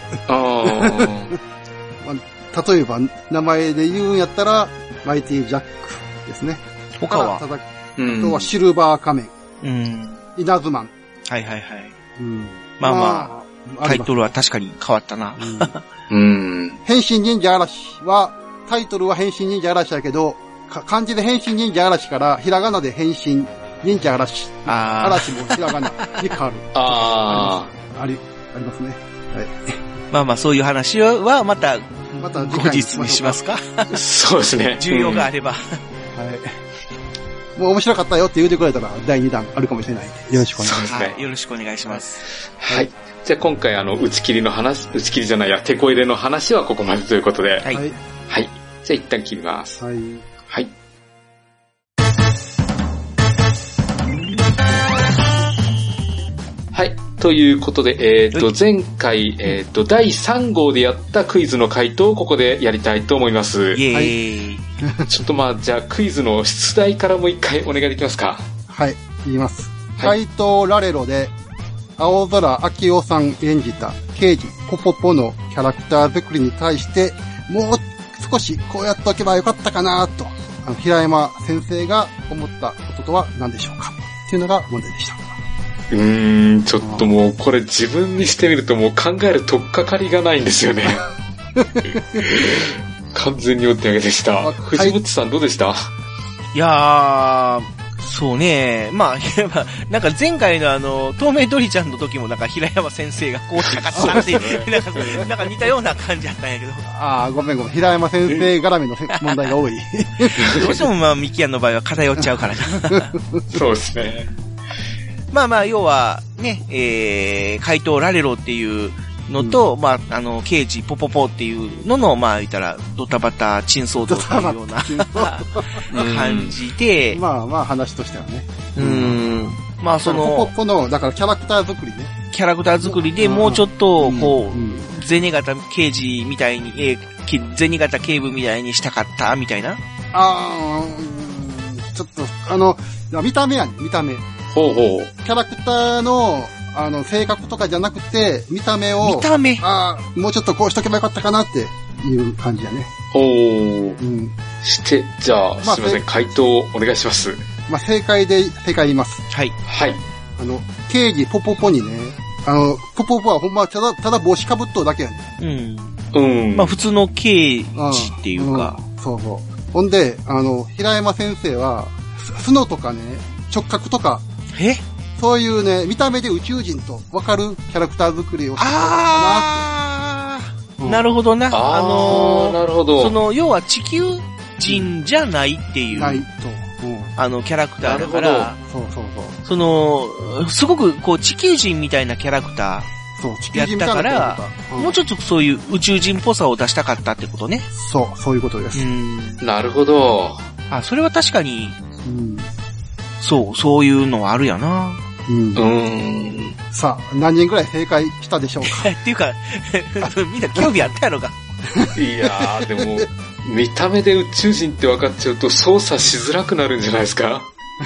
例えば、名前で言うんやったら、マイティジャックですね。
他は
あとはシルバー仮面。イナズマン。
はいはいはい。まあまあ、タイトルは確かに変わったな。
変身忍者嵐は、タイトルは変身忍者嵐だけど、漢字で変身忍者嵐から、ひらがなで変身忍者嵐。嵐もひらがなに変わる。ありますね。はい。
まあまあ、そういう話はまた後日にしますか。
そうですね。
需要があれば。はい。
もう面白かったよって言うてくれたら、第2弾あるかもしれないんで、よろしくお願いします。
はい。よろしくお願いします。
はい。じゃあ今回打ち切りじゃないや、テコ入れの話はここまでということで。
はい。はい。
じゃあ一旦切ります。
はい。
はい。はい。ということで、前回、第3号でやったクイズの回答をここでやりたいと思います。
イエーイ。
ちょっとまあ、じゃあクイズの出題からもう一回お願いできますか。
はい。言います。怪盗ラレロで、青空明夫さん演じた刑事ポポポのキャラクター作りに対して、もう少しこうやっておけばよかったかなと、平山先生が思ったこととは何でしょうかっていうのが問題でした。
ちょっともうこれ自分にしてみるともう考える取っかかりがないんですよね。完全にお手上げでした。藤本さんどうでした？
いやー、そうね。まあ、なんか前回の透明ドリちゃんの時もなんか平山先生がこうしたかったっていう、なんか似たような感じだったんやけど。
ごめん。平山先生絡みの問題が多い。
どうしてもまあミキアンの場合は偏っちゃうからな。
そうですね。
まあまあ、要は、ね、怪盗ラレロっていうのと、まあ、刑事ポポポっていうのの、まあ、言ったら、ドタバタ珍相談というような感じで。
まあ、話としてはね。
まあ、
ポポポの、だからキャラクター作りね。
キャラクター作りでもうちょっと、こう、銭形刑事みたいに、銭形警部みたいにしたかった、みたいな。
ちょっと、見た目やね、見た目。キャラクターの、性格とかじゃなくて、見た目を。
も
うちょっとこうしとけばよかったかなっていう感じやね。
して、じゃあ、すいません、回答お願いします。
正解言います。
はい。
はい。
刑事ポポポにね、ポポポはほんまただ帽子かぶっとうだけやね。
まあ普通の刑事っていうか。
そう。ほんで、平山先生は、角とかね、直角とか、そういうね、見た目で宇宙人と分かるキャラクター作りをしてたか
なって。なるほどな。
なるほど。
要は地球人じゃないっていう。
ないと。
キャラクターだから。
そう。
すごく、こう、地球人みたいなキャラクター。やったから、もうちょっとそういう宇宙人っぽさを出したかったってことね。
そういうことです。
なるほど。
それは確かに、そういうのはあるやな。
さあ、何人くらい正解したでしょうか。
っていうか、みんな興味あったやろが。
いやー、でも、見た目で宇宙人って分かっちゃうと操作しづらくなるんじゃないですか？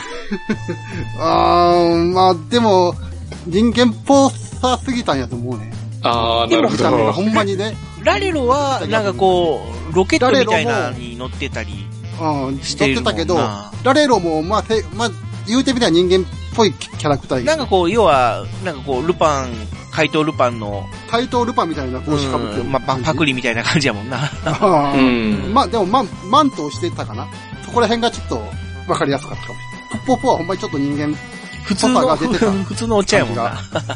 まあ、でも、人間っぽさすぎたんやと思うね。
なるほど。
ほんまにね。
ラレロは、なんかこう、ロケットみたいなのに乗ってたりしてるもんな。乗ってたけど、ラレロも、言うてみたら人間っぽいキャラクターなんかこう、要は、なんかこう、怪盗ルパンの。
怪盗ルパンみたいな帽子かぶってる。
パクリみたいな感じやもんな。
でもマントをしてたかな。そこら辺がちょっとわかりやすかったかも。ポポはほんまにちょっと人間っぽさが出てた。
普通のお茶やもんな。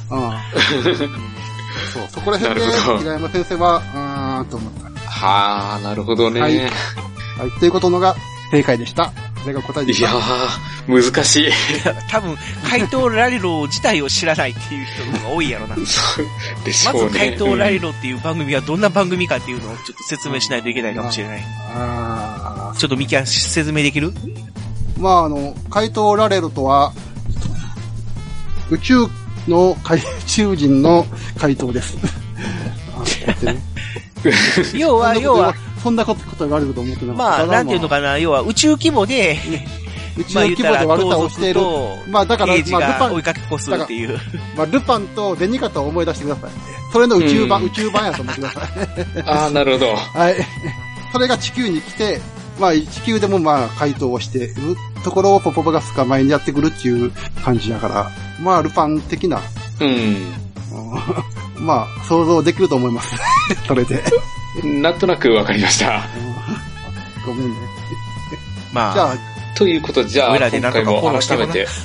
そこら辺で、平山先生は、と思った。
なるほどね。
はい。ということのが正解でした。 それが答えです。
いやー、難しい。
多分、怪盗ラリロ自体を知らないっていう人の方が多いやろな。
そうでしょうね。
まず怪盗ラリロっていう番組はどんな番組かっていうのをちょっと説明しないといけないかもしれない。ちょっとミキア説明できる？
まあ怪盗ラリロとは、宇宙人の怪盗です。
要は、
そんなこと言われると思ってなかった。
まあ、なんていうのかな、要は宇宙規模で、
宇宙規模で悪さをしている。まあ、だから、
ルパン追いかけっこするっていう。
まあ、ルパンとベニカタを思い出してください。それの宇宙版やと思ってください。
ああ、なるほど。
はい。それが地球に来て、まあ、地球でもまあ、怪盗をしているところをポポポが捕まえにやってくるっていう感じだから、まあ、ルパン的な。まあ、想像できると思います。それで。
なんとなくわかりました。
ごめんね。
まあ。
じゃあ、ということで、じゃあ、今回も改めて。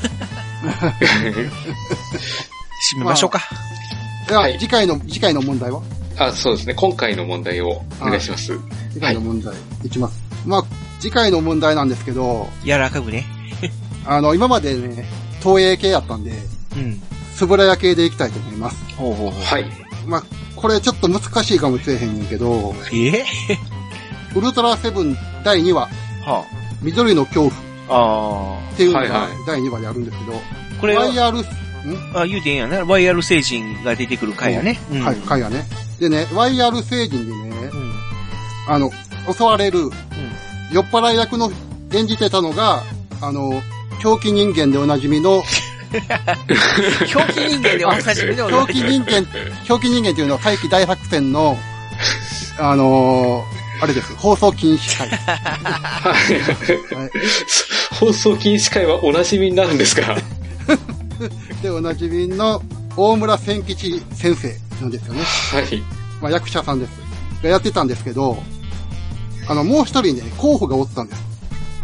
締めましょうか。
では、次回の問題は？
そうですね。今回の問題をお願いします。
次回の問題、いきます。まあ、次回の問題なんですけど。
柔らかくね。
今までね、東映系やったんで、つぶらや系でいきたいと思います。
はい。
まあ、これちょっと難しいかもしれへんねんけど、ウルトラセブン第2話、緑の恐怖っていうのが第2話であるんですけど、
これ言うてええんやな。ワイヤル星人が出てくる回やね。
はい、回やね。でね、ワイヤル星人でね、襲われる、酔っ払い役の演じてたのが、狂気人間でおなじみの、
狂気人間でおなじみの
狂気人間っていうのは怪奇大作戦の、あれです。放送禁止会。
放送禁止会はおなじみになるんですか？
で、おなじみの大村千吉先生なんですよね。
はい。
まあ、役者さんです。がやってたんですけど、もう一人ね、候補がおったんです。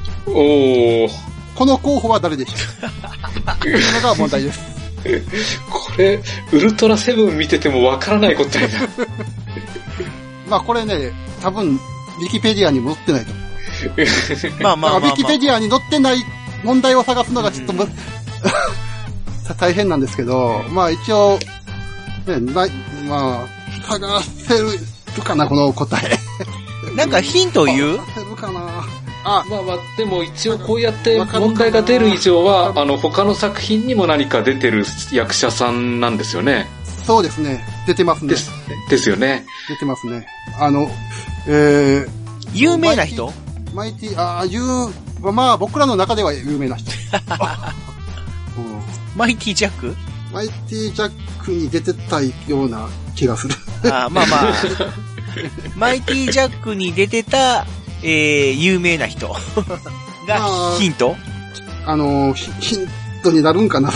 この候補は誰でしょう？というのが問題です。
これ、ウルトラセブン見ててもわからない答えだ。
まあこれね、多分、ウィキペディアにも載ってないと思う。
まあ。
ウィキペディアに載ってない問題を探すのがちょっと大変なんですけど、まあ一応、ね、まあ、探せるかな、この答え。
なんかヒント言う？
探せるかな。
まあ、でも一応こうやって問題が出る以上は、他の作品にも何か出てる役者さんなんですよね。
そうですね。出てますね。
ですよね。
出てますね。
有名な人？
マイティ、まあ僕らの中では有名な人。
マイティジャック？
マイティジャックに出てたような気がする。
まあ。マイティジャックに出てた、有名な人がヒント？
ヒントになるんかな。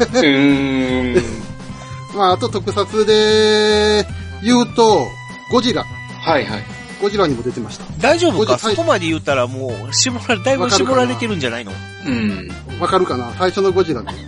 まあ、あと特撮で言うと、ゴジラ。
はいはい。
ゴジラにも出てました。
大丈夫か？そこまで言ったらもう、だいぶ絞られてるんじゃないの？
わかるかな？最初のゴジラで。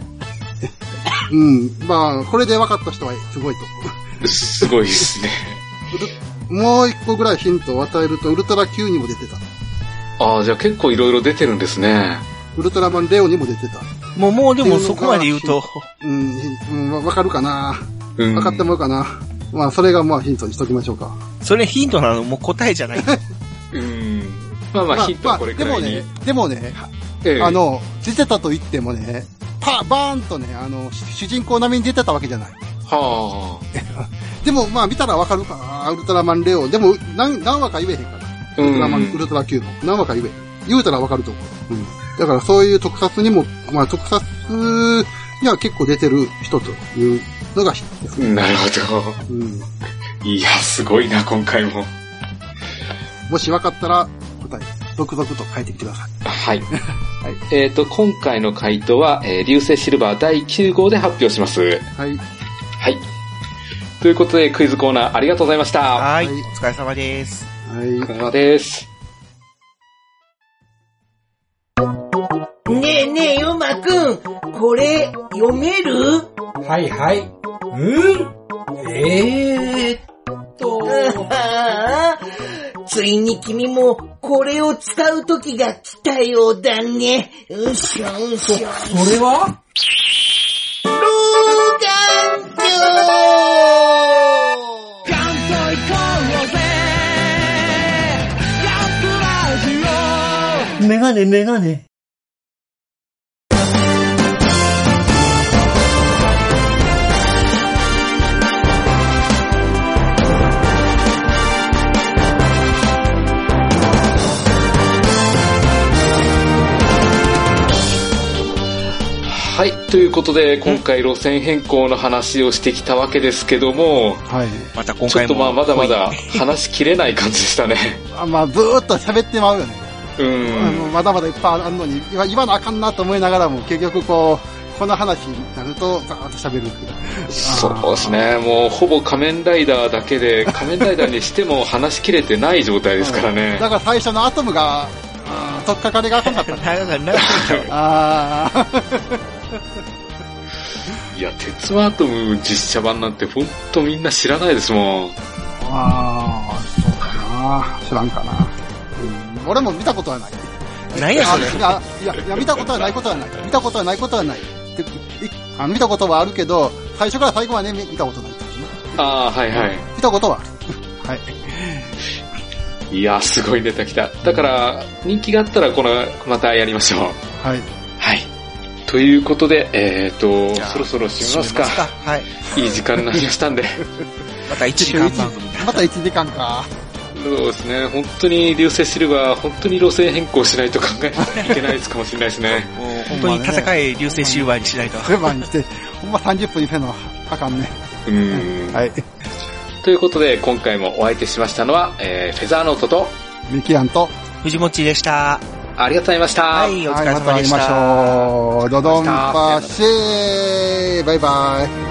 まあ、これで分かった人はすごいと思
う。すごいですね。
もう一個ぐらいヒントを与えると、ウルトラ Q にも出てた。
じゃあ結構いろいろ出てるんですね。
ウルトラマンレオにも出てた。
もうでもそこまで言うと。
わかるかな？わかってもらうかな？まあ、それがまあヒントにしときましょうか。
それヒントなの？もう答えじゃない。
まあヒントはこれくらいに。
でもね、出てたと言ってもね、バーンとね、主人公並みに出てたわけじゃない。でも、まあ見たらわかるかな、ウルトラマンレオ。でも、何話か言えへんから。ウルトラマン、ウルトラ Q も。何話か言えへん。言うたらわかると思う。だからそういう特撮にも、まあ特撮には結構出てる人というのがですね。
なるほど。いや、すごいな、今回も。
もしわかったら、答え、続々と書いてきてください。
はい。今回の回答は、流星シルバー第9号で発表します。
はい。
はい。ということで、クイズコーナーありがとうございました。
はい。お疲れ様です。
はい。
お疲れ様です。
ねえ、ヨマくん、これ、読める？
はいはい。
ついに君もこれを使う時が来たようだね。うしょうしょ。
それは
老眼鏡。
ガンと行こうぜ。ガンプラジオ。メガネメガネ。
はい。ということで、今回路線変更の話をしてきたわけですけども、
はい。
また今回も。
ちょっとまだまだ話しきれない感じでしたね。
まあ、ずーっと喋ってまうよね。まだまだいっぱいあるのに、今のあかんなと思いながらも、結局この話になると、ザーッと喋る。
そうですね。もう、ほぼ仮面ライダーだけで、仮面ライダーにしても話しきれてない状態ですからね。
だから最初のアトムが、とっかかりがあかんかったね。
いや、鉄腕アトム実写版なんてほんとみんな知らないですもん。
そうかな。知らんかな。俺も見たことはない。
何やそれ。
いや、見たことはないことはない。見たことはないことはない。見たことはあるけど、最初から最後まで見たことない。
はいはい。
見たことはある。はい。
いや、すごいネタ来た。だから、人気があったらまたやりましょう。
はい。
はい。ということで、そろそろ締めますか。
はい。
いい時間になりましたんで。
また1時間番組。
また1時間か。
そうですね。本当に流星シルバー、本当に路線変更しないと考えなきゃいけないかもしれないですね。
もう本当に戦い流星シルバーにしないと。
シルバーにして、ほんま30分にせのあかんね。はい。
ということで、今回もお相手しましたのは、フェザーノートと、
ミキアンと、
藤もちでした。
ありがとうございました。
はい、お疲れ様でした。
また会いましょう。ドドンパシェー。バイバイ。